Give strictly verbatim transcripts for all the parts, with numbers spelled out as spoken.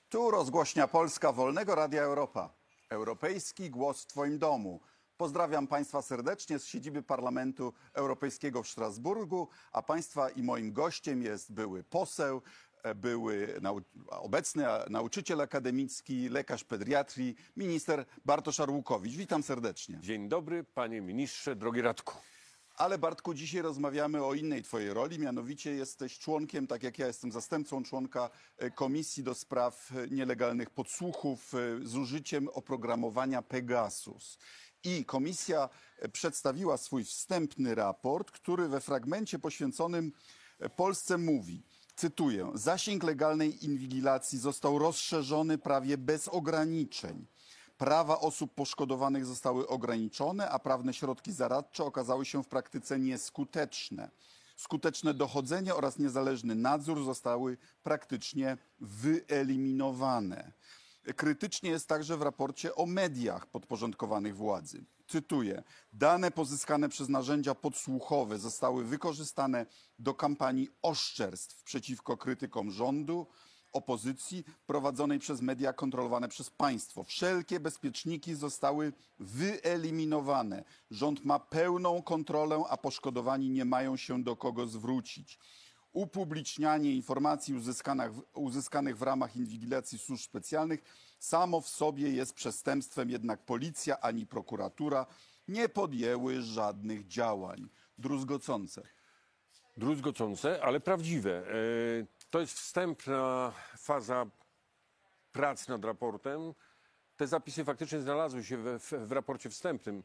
Tu rozgłośnia Polska Wolnego Radia Europa. Europejski głos w Twoim domu. Pozdrawiam Państwa serdecznie z siedziby Parlamentu Europejskiego w Strasburgu, a Państwa i moim gościem jest były poseł, były nau obecny nauczyciel akademicki, lekarz pediatrii, minister Bartosz Arłukowicz. Witam serdecznie. Dzień dobry, panie ministrze, drogi Radku. Ale Bartku, dzisiaj rozmawiamy o innej twojej roli, mianowicie jesteś członkiem, tak jak ja jestem zastępcą członka Komisji do Spraw Nielegalnych Podsłuchów z użyciem oprogramowania Pegasus. I komisja przedstawiła swój wstępny raport, który we fragmencie poświęconym Polsce mówi, cytuję, zasięg legalnej inwigilacji został rozszerzony prawie bez ograniczeń. Prawa osób poszkodowanych zostały ograniczone, a prawne środki zaradcze okazały się w praktyce nieskuteczne. Skuteczne dochodzenie oraz niezależny nadzór zostały praktycznie wyeliminowane. Krytycznie jest także w raporcie o mediach podporządkowanych władzy. Cytuję, dane pozyskane przez narzędzia podsłuchowe zostały wykorzystane do kampanii oszczerstw przeciwko krytykom rządu, opozycji prowadzonej przez media kontrolowane przez państwo. Wszelkie bezpieczniki zostały wyeliminowane. Rząd ma pełną kontrolę, a poszkodowani nie mają się do kogo zwrócić. Upublicznianie informacji uzyskanych, uzyskanych w ramach inwigilacji służb specjalnych samo w sobie jest przestępstwem, jednak policja ani prokuratura nie podjęły żadnych działań. Druzgocące. Druzgocące, ale prawdziwe. To jest wstępna faza prac nad raportem. Te zapisy faktycznie znalazły się w, w, w raporcie wstępnym.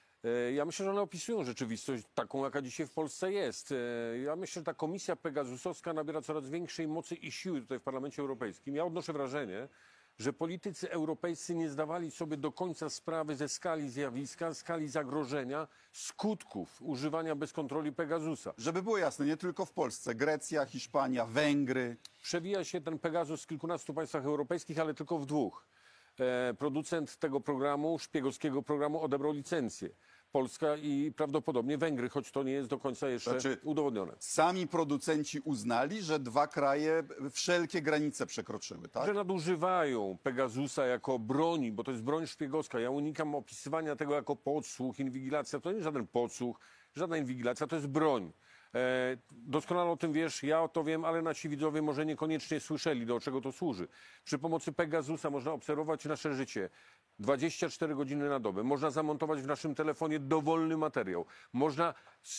Ja myślę, że one opisują rzeczywistość taką, jaka dzisiaj w Polsce jest. Ja myślę, że ta komisja pegasusowska nabiera coraz większej mocy i siły tutaj w Parlamencie Europejskim. Ja odnoszę wrażenie, że politycy europejscy nie zdawali sobie do końca sprawy ze skali zjawiska, skali zagrożenia, skutków używania bez kontroli Pegasusa. Żeby było jasne, nie tylko w Polsce, Grecja, Hiszpania, Węgry. Przewija się ten Pegasus w kilkunastu państwach europejskich, ale tylko w dwóch. E, producent tego programu, szpiegowskiego programu, odebrał licencję. Polska i prawdopodobnie Węgry, choć to nie jest do końca jeszcze znaczy, udowodnione. Sami producenci uznali, że dwa kraje wszelkie granice przekroczyły, tak? Że nadużywają Pegasusa jako broni, bo to jest broń szpiegowska. Ja unikam opisywania tego jako podsłuch, inwigilacja. To nie jest żaden podsłuch, żadna inwigilacja, to jest broń. E, doskonale o tym wiesz, ja o to wiem, ale nasi widzowie może niekoniecznie słyszeli, do czego to służy. Przy pomocy Pegasusa można obserwować nasze życie dwadzieścia cztery godziny na dobę. Można zamontować w naszym telefonie dowolny materiał. Można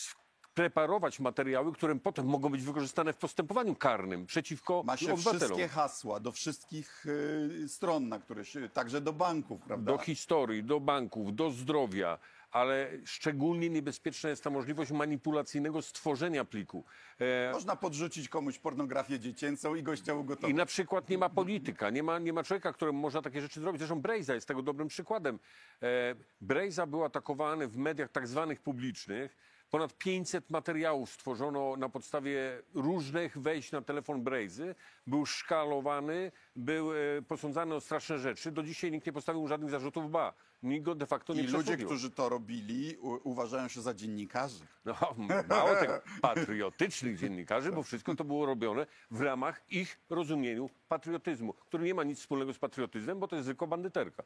preparować materiały, które potem mogą być wykorzystane w postępowaniu karnym przeciwko Ma się obywatelom. Wszystkie hasła do wszystkich y, stron, na które się, także do banków, prawda? Do historii, do banków, do zdrowia. Ale szczególnie niebezpieczna jest ta możliwość manipulacyjnego stworzenia pliku. E... Można podrzucić komuś pornografię dziecięcą i gościa ugotować. I na przykład nie ma polityka, nie ma, nie ma człowieka, któremu można takie rzeczy zrobić. Zresztą Brejza jest tego dobrym przykładem. E... Brejza był atakowany w mediach tak zwanych publicznych. Ponad pięćset materiałów stworzono na podstawie różnych wejść na telefon Brejzy. Był szkalowany, był e, posądzany o straszne rzeczy. Do dzisiaj nikt nie postawił żadnych zarzutów, ba. Nikt go de facto nie I ludzie, przesłuchiwał. którzy to robili, u, uważają się za dziennikarzy. No, mało tego, patriotycznych dziennikarzy, bo wszystko to było robione w ramach ich rozumieniu patriotyzmu, który nie ma nic wspólnego z patriotyzmem, bo to jest zwykła bandyterka.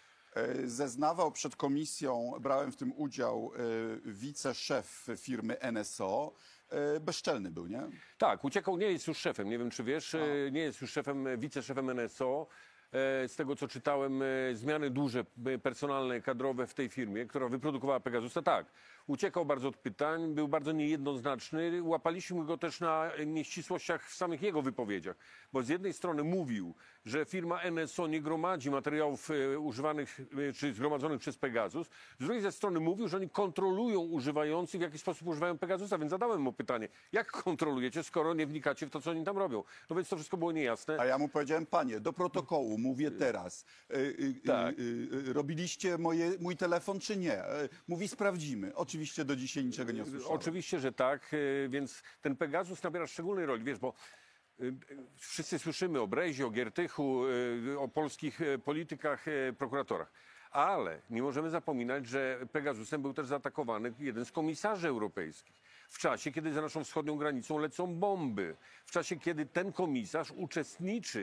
Zeznawał przed komisją, brałem w tym udział, wiceszef firmy N S O. Bezczelny był, nie? Tak, uciekał, nie jest już szefem, nie wiem czy wiesz, A. nie jest już szefem, wiceszefem N S O. Z tego co czytałem, zmiany duże, personalne, kadrowe w tej firmie, która wyprodukowała Pegasusa, tak. Uciekał bardzo od pytań, był bardzo niejednoznaczny. Łapaliśmy go też na nieścisłościach w samych jego wypowiedziach. Bo z jednej strony mówił, że firma N S O nie gromadzi materiałów e, używanych e, czy zgromadzonych przez Pegasus. Z drugiej ze strony mówił, że oni kontrolują używających, w jaki sposób używają Pegasusa. Więc zadałem mu pytanie, jak kontrolujecie, skoro nie wnikacie w to, co oni tam robią? No więc to wszystko było niejasne. A ja mu powiedziałem, panie, do protokołu, mówię teraz. Y, y, Tak. y, y, robiliście moje, mój telefon, czy nie? Y, mówi, sprawdzimy. Oczywiście do dzisiaj niczego nie usłyszałem. Oczywiście, że tak, y, więc ten Pegasus nabiera szczególnej roli, wiesz, bo y, wszyscy słyszymy o Brejzie, o Giertychu, y, o polskich y, politykach, y, prokuratorach. Ale nie możemy zapominać, że Pegasusem był też zaatakowany jeden z komisarzy europejskich. W czasie, kiedy za naszą wschodnią granicą lecą bomby. W czasie, kiedy ten komisarz uczestniczy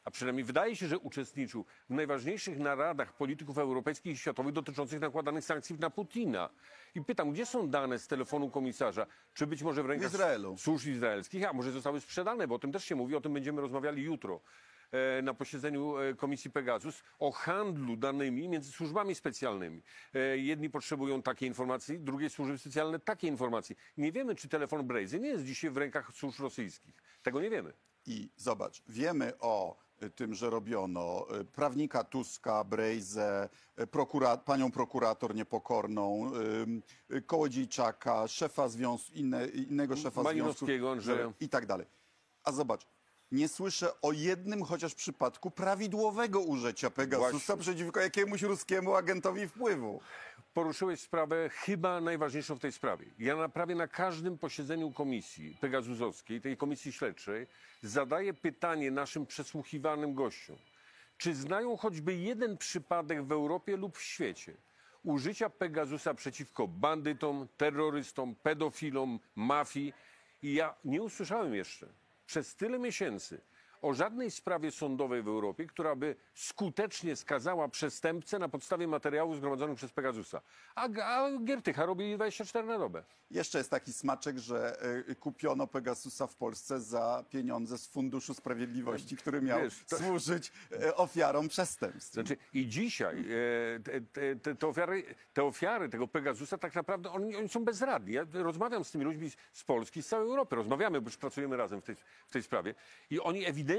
a przynajmniej wydaje się, że uczestniczył w najważniejszych naradach polityków europejskich i światowych dotyczących nakładanych sankcji na Putina. I pytam, gdzie są dane z telefonu komisarza? Czy być może w rękach W Izraelu. służb izraelskich, a może zostały sprzedane, bo o tym też się mówi, o tym będziemy rozmawiali jutro e, na posiedzeniu e, Komisji Pegasus, o handlu danymi między służbami specjalnymi. E, jedni potrzebują takiej informacji, drugie służby specjalne takiej informacji. Nie wiemy, czy telefon Brazy nie jest dzisiaj w rękach służb rosyjskich. Tego nie wiemy. I zobacz, wiemy o y, tym, że robiono y, prawnika Tuska, Brejzę, y, prokura panią prokurator niepokorną, y, y, Kołodziejczaka, szefa związku, inne, innego szefa związku Malinowskiego, Andrzeja. i tak dalej. A zobacz, nie słyszę o jednym chociaż przypadku prawidłowego użycia Pegasusa Właśnie. przeciwko jakiemuś ruskiemu agentowi wpływu. Poruszyłeś sprawę chyba najważniejszą w tej sprawie. Ja na, prawie na każdym posiedzeniu komisji pegasusowskiej, tej komisji śledczej, zadaję pytanie naszym przesłuchiwanym gościom. Czy znają choćby jeden przypadek w Europie lub w świecie użycia Pegasusa przeciwko bandytom, terrorystom, pedofilom, mafii? I ja nie usłyszałem jeszcze przez tyle miesięcy o żadnej sprawie sądowej w Europie, która by skutecznie skazała przestępcę na podstawie materiałów zgromadzonych przez Pegasusa. A, a Giertycha robi dwadzieścia cztery na dobę. Jeszcze jest taki smaczek, że y, kupiono Pegasusa w Polsce za pieniądze z Funduszu Sprawiedliwości, który miał Wiesz, to- służyć y, ofiarom przestępstw. Znaczy i dzisiaj e, te, te, te, te, ofiary, te ofiary tego Pegasusa tak naprawdę oni, oni są bezradni. Ja rozmawiam z tymi ludźmi z, z Polski, z całej Europy. Rozmawiamy, bo już pracujemy razem w tej, w tej sprawie. I oni ewidentnie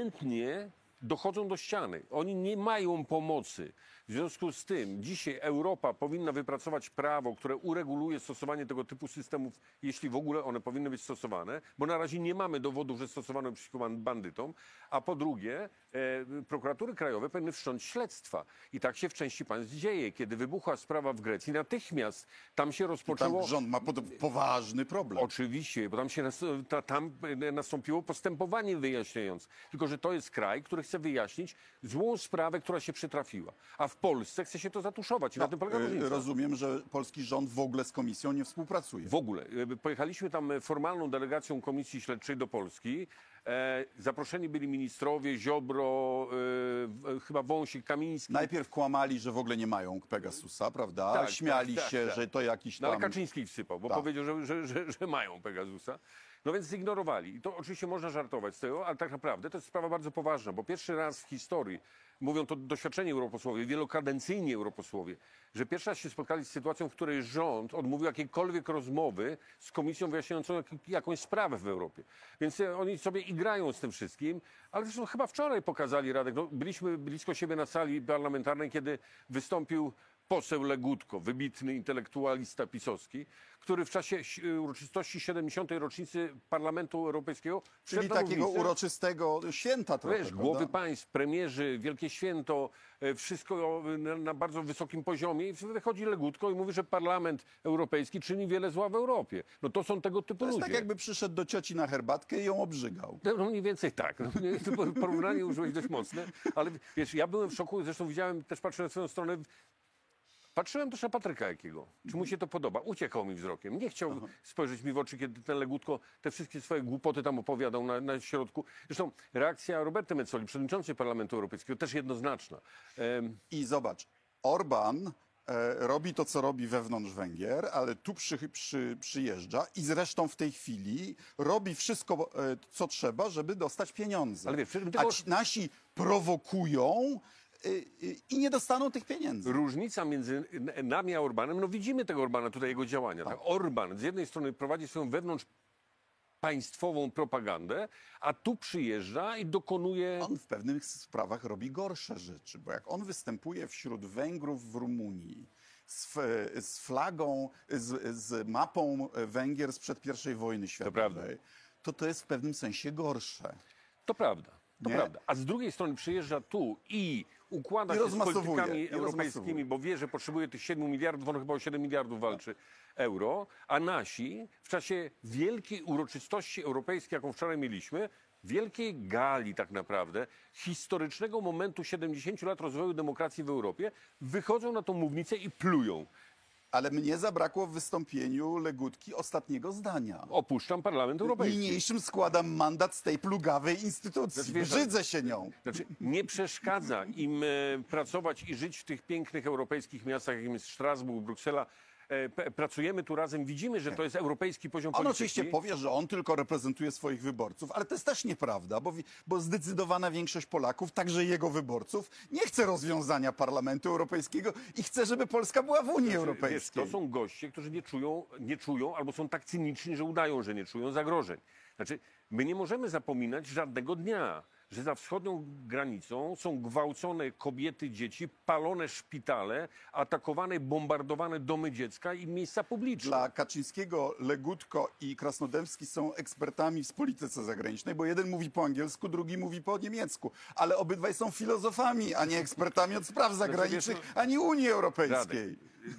dochodzą do ściany. Oni nie mają pomocy. W związku z tym dzisiaj Europa powinna wypracować prawo, które ureguluje stosowanie tego typu systemów, jeśli w ogóle one powinny być stosowane, bo na razie nie mamy dowodów, że stosowano przeciwko ban- bandytom, a po drugie e, prokuratury krajowe powinny wszcząć śledztwa. I tak się w części państw dzieje. Kiedy wybuchła sprawa w Grecji, natychmiast tam się Tam rozpoczęło... rząd ma pod, poważny problem. Oczywiście, bo tam się nas, ta, tam e, nastąpiło postępowanie wyjaśniające. Tylko że to jest kraj, który chce wyjaśnić złą sprawę, która się przytrafiła. A w Polsce chce się to zatuszować. I na tym polega Y, różnica. Rozumiem, że polski rząd w ogóle z komisją nie współpracuje. W ogóle. E, Pojechaliśmy tam e, formalną delegacją Komisji Śledczej do Polski. E, zaproszeni byli ministrowie Ziobro, e, w- chyba Wąsik, Kamiński. Najpierw kłamali, że w ogóle nie mają Pegasusa, prawda? Tak, Śmiali tak, tak, się, tak. że to jakiś No ale tam... Kaczyński wsypał, bo Tak. powiedział, że, że, że, że mają Pegasusa. No więc zignorowali. I to oczywiście można żartować z tego, ale tak naprawdę to jest sprawa bardzo poważna, bo pierwszy raz w historii, mówią to doświadczeni europosłowie, wielokadencyjni europosłowie, że pierwszy raz się spotkali z sytuacją, w której rząd odmówił jakiejkolwiek rozmowy z komisją wyjaśniającą jak, jakąś sprawę w Europie. Więc e, oni sobie igrają z tym wszystkim, ale zresztą chyba wczoraj pokazali, Radek, no, byliśmy blisko siebie na sali parlamentarnej, kiedy wystąpił poseł Legutko, wybitny intelektualista pisowski, który w czasie si- uroczystości siedemdziesiątej rocznicy Parlamentu Europejskiego Czyli wszedł na takiego mównicę. uroczystego święta trochę, Wiesz, prawda? głowy państw, premierzy, wielkie święto, e, wszystko na, na bardzo wysokim poziomie i wychodzi Legutko i mówi, że Parlament Europejski czyni wiele zła w Europie. No to są tego typu To jest ludzie. tak, jakby przyszedł do cioci na herbatkę i ją obrzygał. No mniej więcej tak. No, nie, to porównanie użyłeś dość mocne, ale wiesz, ja byłem w szoku, zresztą widziałem, też patrzę na swoją stronę, patrzyłem też na Patryka Jakiego. Czy mu się to podoba? Uciekał mi wzrokiem. Nie chciał spojrzeć mi w oczy, kiedy ten Legutko te wszystkie swoje głupoty tam opowiadał na, na środku. Zresztą reakcja Roberty Metzoli, przewodniczącej Parlamentu Europejskiego, też jednoznaczna. Em, I zobacz, Orban e, robi to, co robi wewnątrz Węgier, ale tu przy, przy, przyjeżdża i zresztą w tej chwili robi wszystko, e, co trzeba, żeby dostać pieniądze. Ale wiesz, przy tym A tego- ci, nasi prowokują y, y, i nie dostaną tych pieniędzy. Różnica między n- nami a Orbanem, no widzimy tego Orbana, tutaj jego działania. Tak? Orban z jednej strony prowadzi swoją wewnątrz państwową propagandę, a tu przyjeżdża i dokonuje... On w pewnych sprawach robi gorsze rzeczy, bo jak on występuje wśród Węgrów w Rumunii z, f- z flagą, z, z mapą Węgier sprzed pierwszej wojny prawda. światowej, to to jest w pewnym sensie gorsze. To prawda, to Nie? prawda. A z drugiej strony przyjeżdża tu i układa I się z rozmasowuje, politykami i europejskimi, rozmasowuje. bo wie, że potrzebuje tych siedmiu miliardów, on chyba o siedem miliardów walczy euro, a nasi w czasie wielkiej uroczystości europejskiej, jaką wczoraj mieliśmy, wielkiej gali tak naprawdę, historycznego momentu siedemdziesięciu lat rozwoju demokracji w Europie, wychodzą na tą mównicę i plują. Ale mnie zabrakło w wystąpieniu Legutki ostatniego zdania. Opuszczam Parlament Europejski. Niniejszym składam mandat z tej plugawej instytucji. Znaczy, wiesz, Brzydzę się nią. Znaczy, nie przeszkadza im e, pracować i żyć w tych pięknych europejskich miastach, jakim jest Strasburg, Bruksela. E, p- pracujemy tu razem, widzimy, że to jest europejski poziom On polityki. oczywiście powie, że on tylko reprezentuje swoich wyborców, ale to jest też nieprawda, bo, wi- bo zdecydowana większość Polaków, także jego wyborców, nie chce rozwiązania Parlamentu Europejskiego i chce, żeby Polska była w Unii Wiesz, Europejskiej. to są goście, którzy nie czują, nie czują albo są tak cyniczni, że udają, że nie czują zagrożeń. Znaczy, my nie możemy zapominać żadnego dnia, że za wschodnią granicą są gwałcone kobiety, dzieci, palone szpitale, atakowane, bombardowane domy dziecka i miejsca publiczne. Dla Kaczyńskiego Legutko i Krasnodębski są ekspertami w polityce zagranicznej, bo jeden mówi po angielsku, drugi mówi po niemiecku. Ale obydwaj są filozofami, a nie ekspertami od spraw zagranicznych, wiesz, ani Unii Europejskiej.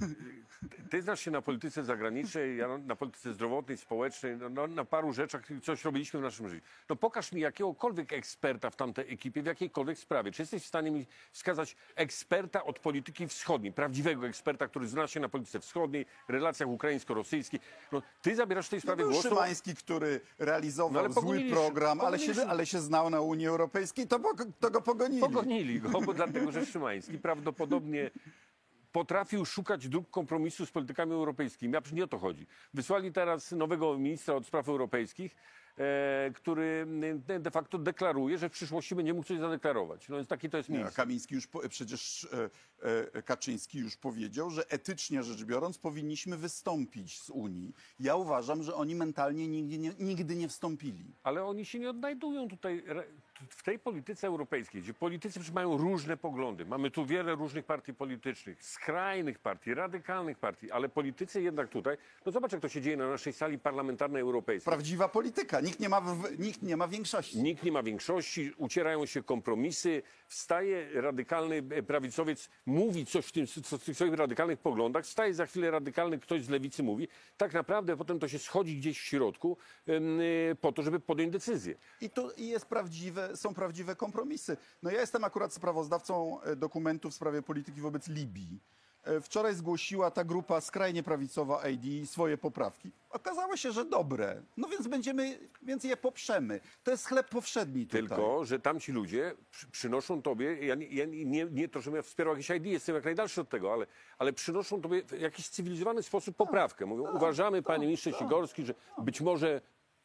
Ty znasz się na polityce zagranicznej, ja na polityce zdrowotnej, społecznej, no, no, na paru rzeczach, coś robiliśmy w naszym życiu. No pokaż mi jakiegokolwiek eksperta w tamtej ekipie, w jakiejkolwiek sprawie. Czy jesteś w stanie mi wskazać eksperta od polityki wschodniej, prawdziwego eksperta, który zna się na polityce wschodniej, relacjach ukraińsko-rosyjskich? No, ty zabierasz w tej No sprawie był głos. to- Szymański, który realizował No ale zły pogonili- program, ale się, pogonili- ale się znał na Unii Europejskiej, to, pog- to go pogonili. Pogonili go, bo dlatego, że Szymański prawdopodobnie potrafił szukać dróg kompromisu z politykami europejskimi, a przecież nie o to chodzi. Wysłali teraz nowego ministra od spraw europejskich, e, który e, de facto deklaruje, że w przyszłości będzie mógł coś zadeklarować. No więc taki to jest Nie, minister. Kamiński już, po, przecież e, e, Kaczyński już powiedział, że etycznie rzecz biorąc powinniśmy wystąpić z Unii. Ja uważam, że oni mentalnie nigdy nie, nigdy nie wstąpili. Ale oni się nie odnajdują tutaj re- w tej polityce europejskiej, gdzie politycy przecież mają różne poglądy. Mamy tu wiele różnych partii politycznych, skrajnych partii, radykalnych partii, ale politycy jednak tutaj, no zobacz jak to się dzieje na naszej sali parlamentarnej europejskiej. Prawdziwa polityka. Nikt nie ma, w, nikt nie ma większości. Nikt nie ma większości, ucierają się kompromisy, wstaje radykalny e, prawicowiec, mówi coś w, tym, co, w tych swoich radykalnych poglądach, wstaje za chwilę radykalny ktoś z lewicy mówi. Tak naprawdę potem to się schodzi gdzieś w środku em, e, po to, żeby podjąć decyzję. I to i jest prawdziwe, są prawdziwe kompromisy. No ja jestem akurat sprawozdawcą e, dokumentu w sprawie polityki wobec Libii. E, Wczoraj zgłosiła ta grupa skrajnie prawicowa A D swoje poprawki. Okazało się, że dobre. No więc będziemy, więc je poprzemy. To jest chleb powszedni tutaj. Tylko, że tamci ludzie przy, przynoszą tobie, ja, nie, ja nie, nie to, żebym ja wspierał jakieś I D, jestem jak najdalszy od tego, ale, ale przynoszą tobie w jakiś cywilizowany sposób poprawkę. Mówią, uważamy, panie ministrze Sikorski, że być może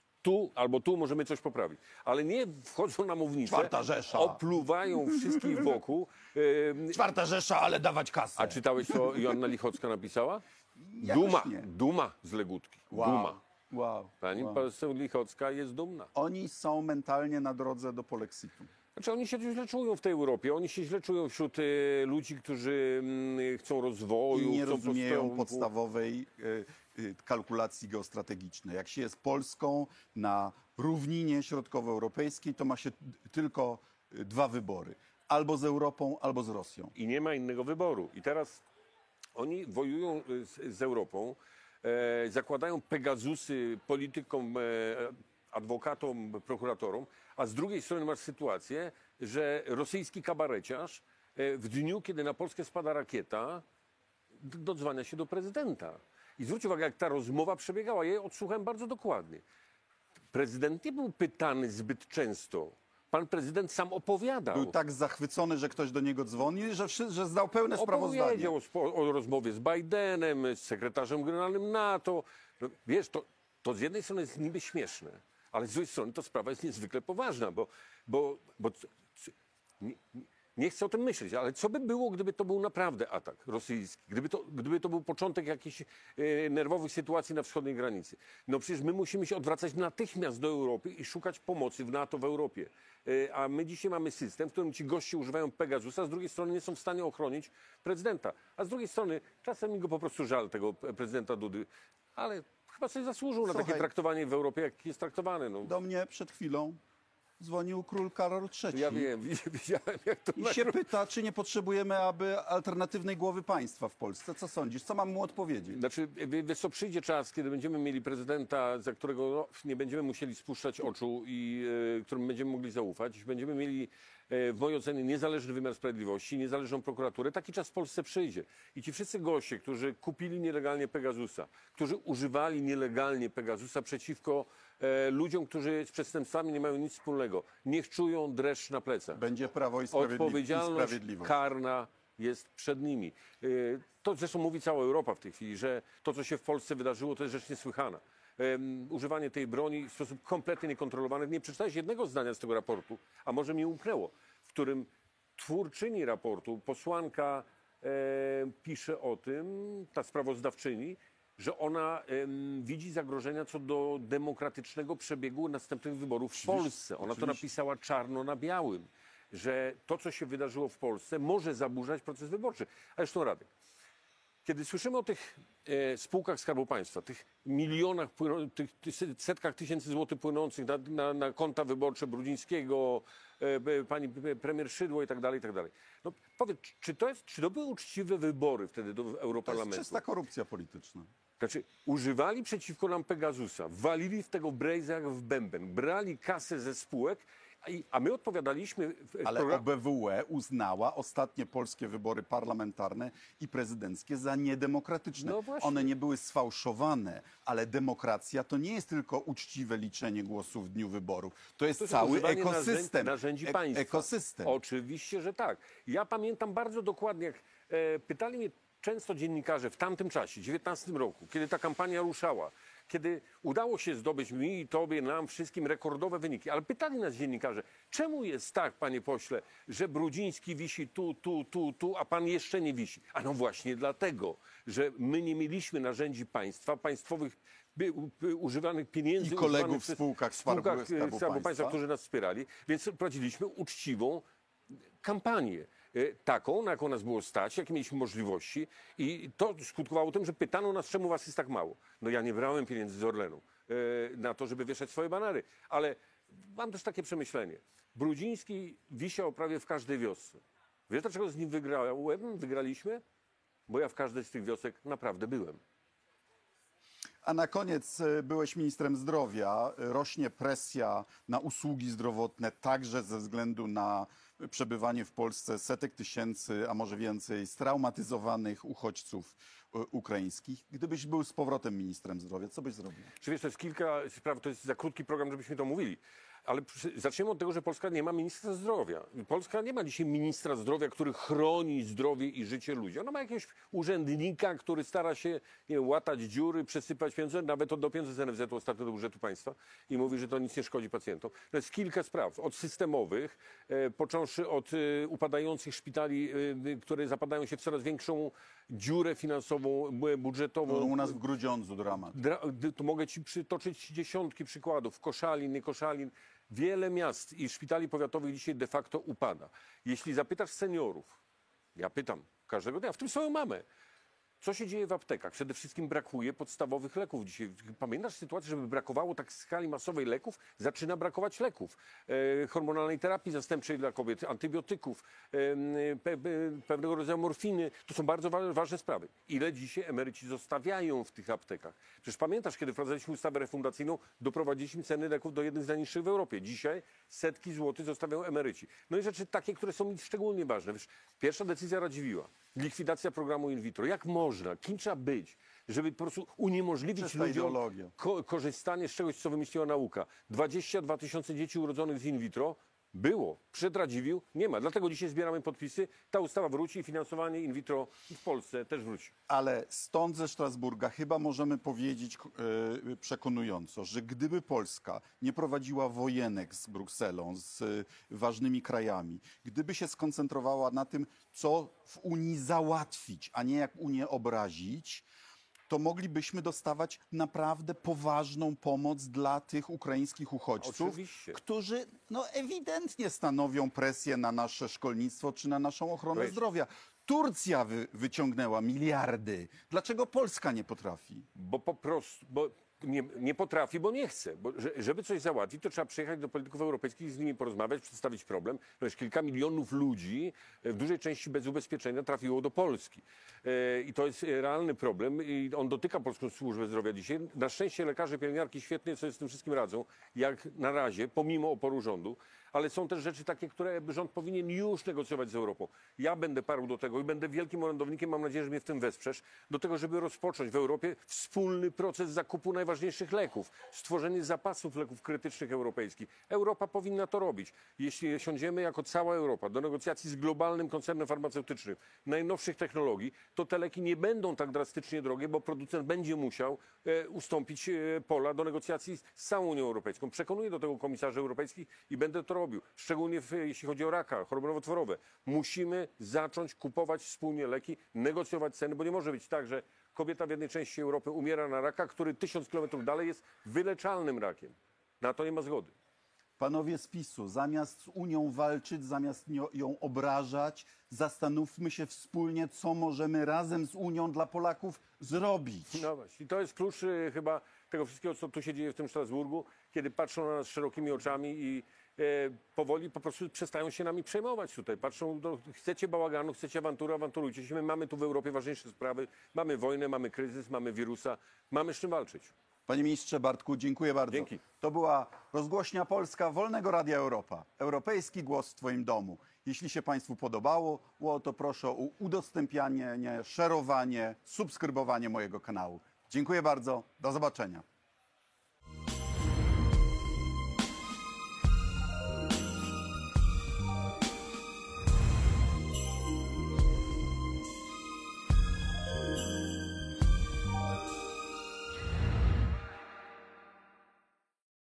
tu albo tu możemy coś poprawić. Ale nie wchodzą na mównicę, Czwarta Rzesza. opluwają wszystkich wokół. Ym, Czwarta Rzesza, ale dawać kasę. a czytałeś, co Joanna Lichocka napisała? Jakoś Duma, nie. duma z Legutki. Wow. Duma. Wow. Pani wow. poseł Lichocka jest dumna. Oni są mentalnie na drodze do polexitu. Znaczy oni się źle czują w tej Europie, oni się źle czują wśród e, ludzi, którzy mm, chcą rozwoju. I nie chcą rozumieją postępu. podstawowej e, e, kalkulacji geostrategicznej. Jak się jest Polską na równinie środkowoeuropejskiej, to ma się tylko e, dwa wybory. Albo z Europą, albo z Rosją. I nie ma innego wyboru. I teraz oni wojują e, z, z Europą, e, zakładają Pegazusy politykom, e, adwokatom, prokuratorom, a z drugiej strony masz sytuację, że rosyjski kabareciarz e, w dniu, kiedy na Polskę spada rakieta, d- dodzwania się do prezydenta. I zwróć uwagę, jak ta rozmowa przebiegała. Ja jej odsłuchałem bardzo dokładnie. Prezydent nie był pytany zbyt często. Pan prezydent sam opowiadał. Był tak zachwycony, że ktoś do niego dzwoni, że, wszy- że zdał pełne sprawozdanie. Opowiedział o, spo- o rozmowie z Bidenem, z sekretarzem generalnym NATO. No, wiesz, to, to z jednej strony jest niby śmieszne, ale z drugiej strony to sprawa jest niezwykle poważna, bo, bo, bo c- c- nie, nie chcę o tym myśleć, ale co by było, gdyby to był naprawdę atak rosyjski, gdyby to, gdyby to był początek jakichś e, nerwowych sytuacji na wschodniej granicy. No przecież my musimy się odwracać natychmiast do Europy i szukać pomocy w NATO w Europie. E, a my dzisiaj mamy system, w którym ci goście używają Pegasusa, z drugiej strony nie są w stanie ochronić prezydenta. A z drugiej strony czasem mi go po prostu żal, tego prezydenta Dudy, ale chyba sobie zasłużył na takie Słuchaj. traktowanie w Europie, jak jest traktowany. No. Do mnie przed chwilą dzwonił król Karol trzeci. Ja wiem, widziałem jak to I się pyta, czy nie potrzebujemy aby alternatywnej głowy państwa w Polsce. Co sądzisz? Co mam mu odpowiedzieć? Znaczy, wie- wiesz co, przyjdzie czas, kiedy będziemy mieli prezydenta, za którego no, nie będziemy musieli spuszczać oczu i e, którym będziemy mogli zaufać. Będziemy mieli w mojej ocenie niezależny wymiar sprawiedliwości, niezależną prokuraturę, taki czas w Polsce przyjdzie. I ci wszyscy goście, którzy kupili nielegalnie Pegasusa, którzy używali nielegalnie Pegasusa przeciwko e, ludziom, którzy z przestępstwami nie mają nic wspólnego, niech czują dreszcz na plecach. Będzie Prawo i Sprawiedliwość. Odpowiedzialność sprawiedliwość. karna jest przed nimi. Y, To zresztą mówi cała Europa w tej chwili, że to, co się w Polsce wydarzyło, to jest rzecz niesłychana. Um, używanie tej broni w sposób kompletnie niekontrolowany. Nie przeczytałeś jednego zdania z tego raportu, a może mi umknęło, w którym twórczyni raportu, posłanka e, pisze o tym, ta sprawozdawczyni, że ona em, widzi zagrożenia co do demokratycznego przebiegu następnych wyborów w Polsce. Ona to oczywiście. napisała czarno na białym, że to, co się wydarzyło w Polsce, może zaburzać proces wyborczy. A zresztą Radek, kiedy słyszymy o tych e, spółkach Skarbu Państwa, tych milionach, płyną, tych, tych setkach tysięcy złotych płynących na, na, na konta wyborcze Brudzińskiego, e, pani premier Szydło i tak dalej, i tak dalej. No powiedz, czy to, jest, czy to były uczciwe wybory wtedy do To jest Europarlamentu? czysta korupcja polityczna. Znaczy, używali przeciwko nam Pegasusa, walili w tego Brejza jak w bęben, brali kasę ze spółek, a, i, a my odpowiadaliśmy... W, Ale program- O B W E uznała ostatnie polskie wybory parlamentarne i prezydenckie za niedemokratyczne. No właśnie. One nie były sfałszowane, ale demokracja to nie jest tylko uczciwe liczenie głosów w dniu wyborów. To jest To jest cały używanie ekosystem. Narzędzi, narzędzi E- państwa. ekosystem. Oczywiście, że tak. Ja pamiętam bardzo dokładnie, jak e, pytali mnie często dziennikarze w tamtym czasie, dziewiętnastym roku, kiedy ta kampania ruszała, kiedy udało się zdobyć mi i tobie, nam wszystkim rekordowe wyniki. Ale pytali nas dziennikarze, czemu jest tak, panie pośle, że Brudziński wisi tu, tu, tu, tu, a pan jeszcze nie wisi? A no właśnie dlatego, że my nie mieliśmy narzędzi państwa, państwowych by, by, używanych pieniędzy. I kolegów używanych w przez- spółkach w spółkach Skarbu- e, Skarbu Skarbu Państwa, Państwa. którzy nas wspierali, więc prowadziliśmy uczciwą kampanię. e, Taką, na jaką nas było stać, jakie mieliśmy możliwości i to skutkowało tym, że pytano nas, czemu was jest tak mało. No ja nie brałem pieniędzy z Orlenu e, na to, żeby wieszać swoje banery, ale mam też takie przemyślenie. Brudziński wisiał prawie w każdej wiosce. Wiesz, dlaczego z nim wygrałem? Wygraliśmy? Bo ja w każdej z tych wiosek naprawdę byłem. A na koniec e, byłeś ministrem zdrowia. E, Rośnie presja na usługi zdrowotne, także ze względu na przebywanie w Polsce setek tysięcy, a może więcej, straumatyzowanych uchodźców e, ukraińskich. Gdybyś był z powrotem ministrem zdrowia, co byś zrobił? Czy wiesz, to jest kilka spraw, to jest za krótki program, żebyśmy to mówili. Ale przy- zaczniemy od tego, że Polska nie ma ministra zdrowia. Polska nie ma dzisiaj ministra zdrowia, który chroni zdrowie i życie ludzi. Ona ma jakiegoś urzędnika, który stara się nie wiem, łatać dziury, przesypać pieniądze, nawet od pieniądze z N F Z-u ostatnio do budżetu państwa i mówi, że to nic nie szkodzi pacjentom. To jest kilka spraw, od systemowych, e, począwszy od e, upadających szpitali, e, które zapadają się w coraz większą dziurę finansową, e, budżetową. No, u nas w Grudziądzu dramat. Dra- d- to mogę ci przytoczyć dziesiątki przykładów. Koszalin, nie Koszalin. Wiele miast i szpitali powiatowych dzisiaj de facto upada. Jeśli zapytasz seniorów, ja pytam każdego dnia, w tym swoją mamę, co się dzieje w aptekach? Przede wszystkim brakuje podstawowych leków dzisiaj. Pamiętasz sytuację, żeby brakowało tak w skali masowej leków? Zaczyna brakować leków. E, hormonalnej terapii zastępczej dla kobiet, antybiotyków, e, pe, pe, pewnego rodzaju morfiny. To są bardzo wa ważne sprawy. Ile dzisiaj emeryci zostawiają w tych aptekach? Przecież pamiętasz, kiedy wprowadzaliśmy ustawę refundacyjną, doprowadziliśmy ceny leków do jednych z najniższych w Europie. Dzisiaj setki złotych zostawiają emeryci. No i rzeczy takie, które są mi szczególnie ważne. Wiesz, pierwsza decyzja Radziwiłła. Likwidacja programu in vitro. Jak można? Kim trzeba być, żeby po prostu uniemożliwić Czysta ludziom ideologia. ko korzystanie z czegoś, co wymyśliła nauka. dwadzieścia dwa tysiące dzieci urodzonych z in vitro było. Przed Radziwiłł nie ma. Dlatego dzisiaj zbieramy podpisy. Ta ustawa wróci i finansowanie in vitro w Polsce też wróci. Ale stąd ze Strasburga chyba możemy powiedzieć e, przekonująco, że gdyby Polska nie prowadziła wojenek z Brukselą, z e, ważnymi krajami, gdyby się skoncentrowała na tym, co w Unii załatwić, a nie jak Unię obrazić, to moglibyśmy dostawać naprawdę poważną pomoc dla tych ukraińskich uchodźców, Oczywiście. którzy no, ewidentnie stanowią presję na nasze szkolnictwo czy na naszą ochronę Weź. zdrowia. Turcja wy, wyciągnęła miliardy. Dlaczego Polska nie potrafi? Bo po prostu, bo nie, nie potrafi, bo nie chce. Bo że, żeby coś załatwić, to trzeba przyjechać do polityków europejskich, z nimi porozmawiać, przedstawić problem. No już kilka milionów ludzi, w dużej części bez ubezpieczenia, trafiło do Polski. E, I to jest realny problem i on dotyka polską służbę zdrowia dzisiaj. Na szczęście lekarze, pielęgniarki świetnie sobie z tym wszystkim radzą, jak na razie, pomimo oporu rządu. ale są też rzeczy takie, które rząd powinien już negocjować z Europą. Ja będę parł do tego i będę wielkim orędownikiem, mam nadzieję, że mnie w tym wesprzesz, do tego, żeby rozpocząć w Europie wspólny proces zakupu najważniejszych leków, stworzenie zapasów leków krytycznych europejskich. Europa powinna to robić. Jeśli siądziemy jako cała Europa do negocjacji z globalnym koncernem farmaceutycznym najnowszych technologii, to te leki nie będą tak drastycznie drogie, bo producent będzie musiał e, ustąpić e, pola do negocjacji z całą Unią Europejską. Przekonuję do tego komisarzy europejskich i będę to robił. Szczególnie w, jeśli chodzi o raka, choroby nowotworowe. Musimy zacząć kupować wspólnie leki, negocjować ceny, bo nie może być tak, że kobieta w jednej części Europy umiera na raka, który tysiąc kilometrów dalej jest wyleczalnym rakiem. Na to nie ma zgody. Panowie z PiSu, zamiast z Unią walczyć, zamiast nio- ją obrażać, zastanówmy się wspólnie, co możemy razem z Unią dla Polaków zrobić. No właśnie. I to jest klucz y, chyba tego wszystkiego, co tu się dzieje w tym Strasburgu, kiedy patrzą na nas szerokimi oczami i e, powoli po prostu przestają się nami przejmować tutaj. Patrzą, no, chcecie bałaganu, chcecie awantury, awanturujcie się. My mamy tu w Europie ważniejsze sprawy. Mamy wojnę, mamy kryzys, mamy wirusa. Mamy z czym walczyć. Panie ministrze Bartku, dziękuję bardzo. Dzięki. To była rozgłośnia Polska Wolnego Radia Europa. Europejski głos w Twoim domu. Jeśli się Państwu podobało, to proszę o udostępnianie, szerowanie, subskrybowanie mojego kanału. Dziękuję bardzo. Do zobaczenia.